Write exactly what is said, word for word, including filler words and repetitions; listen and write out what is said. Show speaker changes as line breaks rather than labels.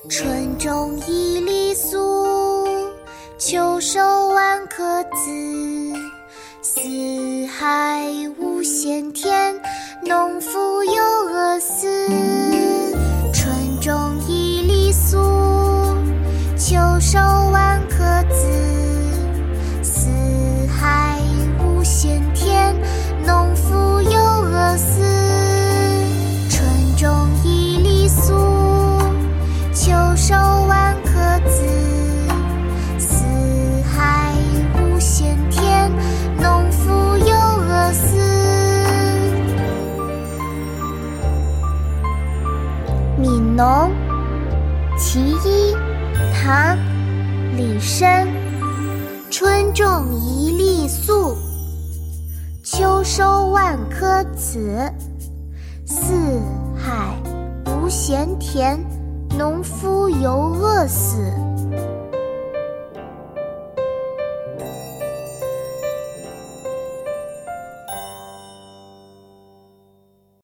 春种一粒粟，秋收万颗子。四海无闲田，农夫犹饿死。春种一粒粟，秋收万颗子。四海无闲田，农夫犹饿死。春种一粒粟，秋收万颗子。四海无闲田，农夫犹饿死。《悯农》其一，唐·李绅。春种一粒粟，秋收万颗子。四海无闲田，农夫犹饿死。